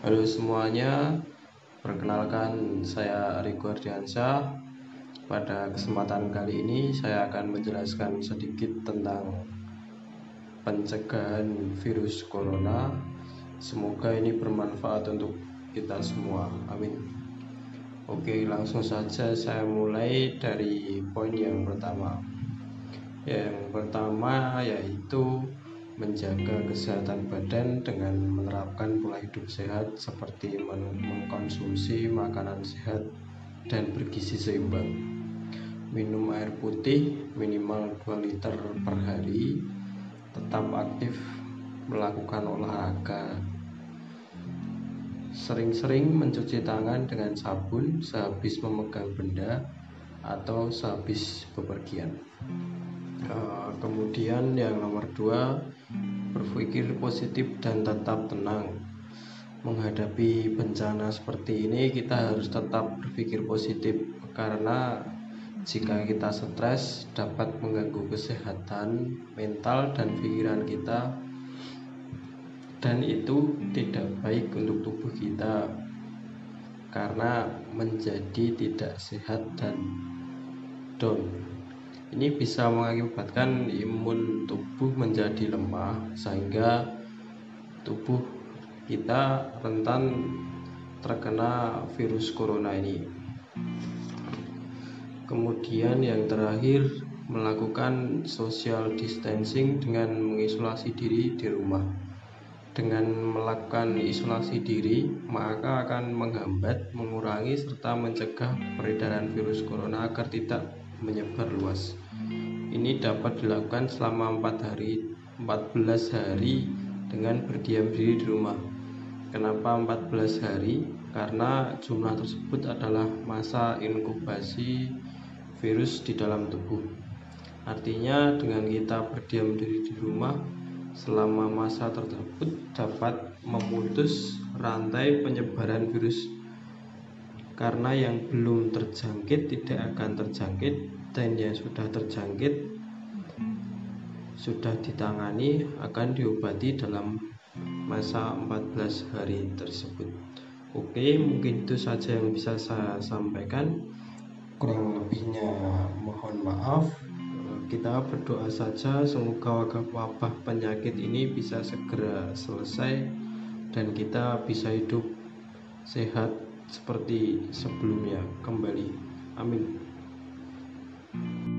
Halo semuanya, perkenalkan saya Riko Ardiansyah. Pada kesempatan kali ini saya akan menjelaskan sedikit tentang pencegahan virus corona. Semoga ini bermanfaat untuk kita semua, amin. Oke, langsung saja saya mulai dari poin yang pertama. Yang pertama yaitu menjaga kesehatan badan dengan menerapkan pola hidup sehat seperti mengkonsumsi makanan sehat dan bergizi seimbang. Minum air putih minimal 2 liter per hari, tetap aktif melakukan olahraga, sering-sering mencuci tangan dengan sabun sehabis memegang benda atau sehabis bepergian. Kemudian yang nomor 2, berpikir positif dan tetap tenang. Menghadapi bencana seperti ini kita harus tetap berpikir positif, karena jika kita stres dapat mengganggu kesehatan mental dan pikiran kita, dan itu tidak baik untuk tubuh kita karena menjadi tidak sehat dan down. Ini bisa mengakibatkan imun tubuh menjadi lemah sehingga tubuh kita rentan terkena virus corona ini. Kemudian yang terakhir, melakukan social distancing dengan mengisolasi diri di rumah. Dengan melakukan isolasi diri, maka akan menghambat, mengurangi, serta mencegah peredaran virus corona agar tidak menyebar luas. Ini dapat dilakukan selama 14 hari dengan berdiam diri di rumah. Kenapa 14 hari? Karena jumlah tersebut adalah masa inkubasi virus di dalam tubuh. Artinya dengan kita berdiam diri di rumah selama masa tersebut dapat memutus rantai penyebaran virus, karena yang belum terjangkit tidak akan terjangkit, dan yang sudah terjangkit sudah ditangani akan diobati dalam masa 14 hari tersebut. Oke, mungkin itu saja yang bisa saya sampaikan. Kurang lebihnya mohon maaf. Kita berdoa saja semoga wabah penyakit ini bisa segera selesai dan kita bisa hidup sehat seperti sebelumnya kembali. Amin.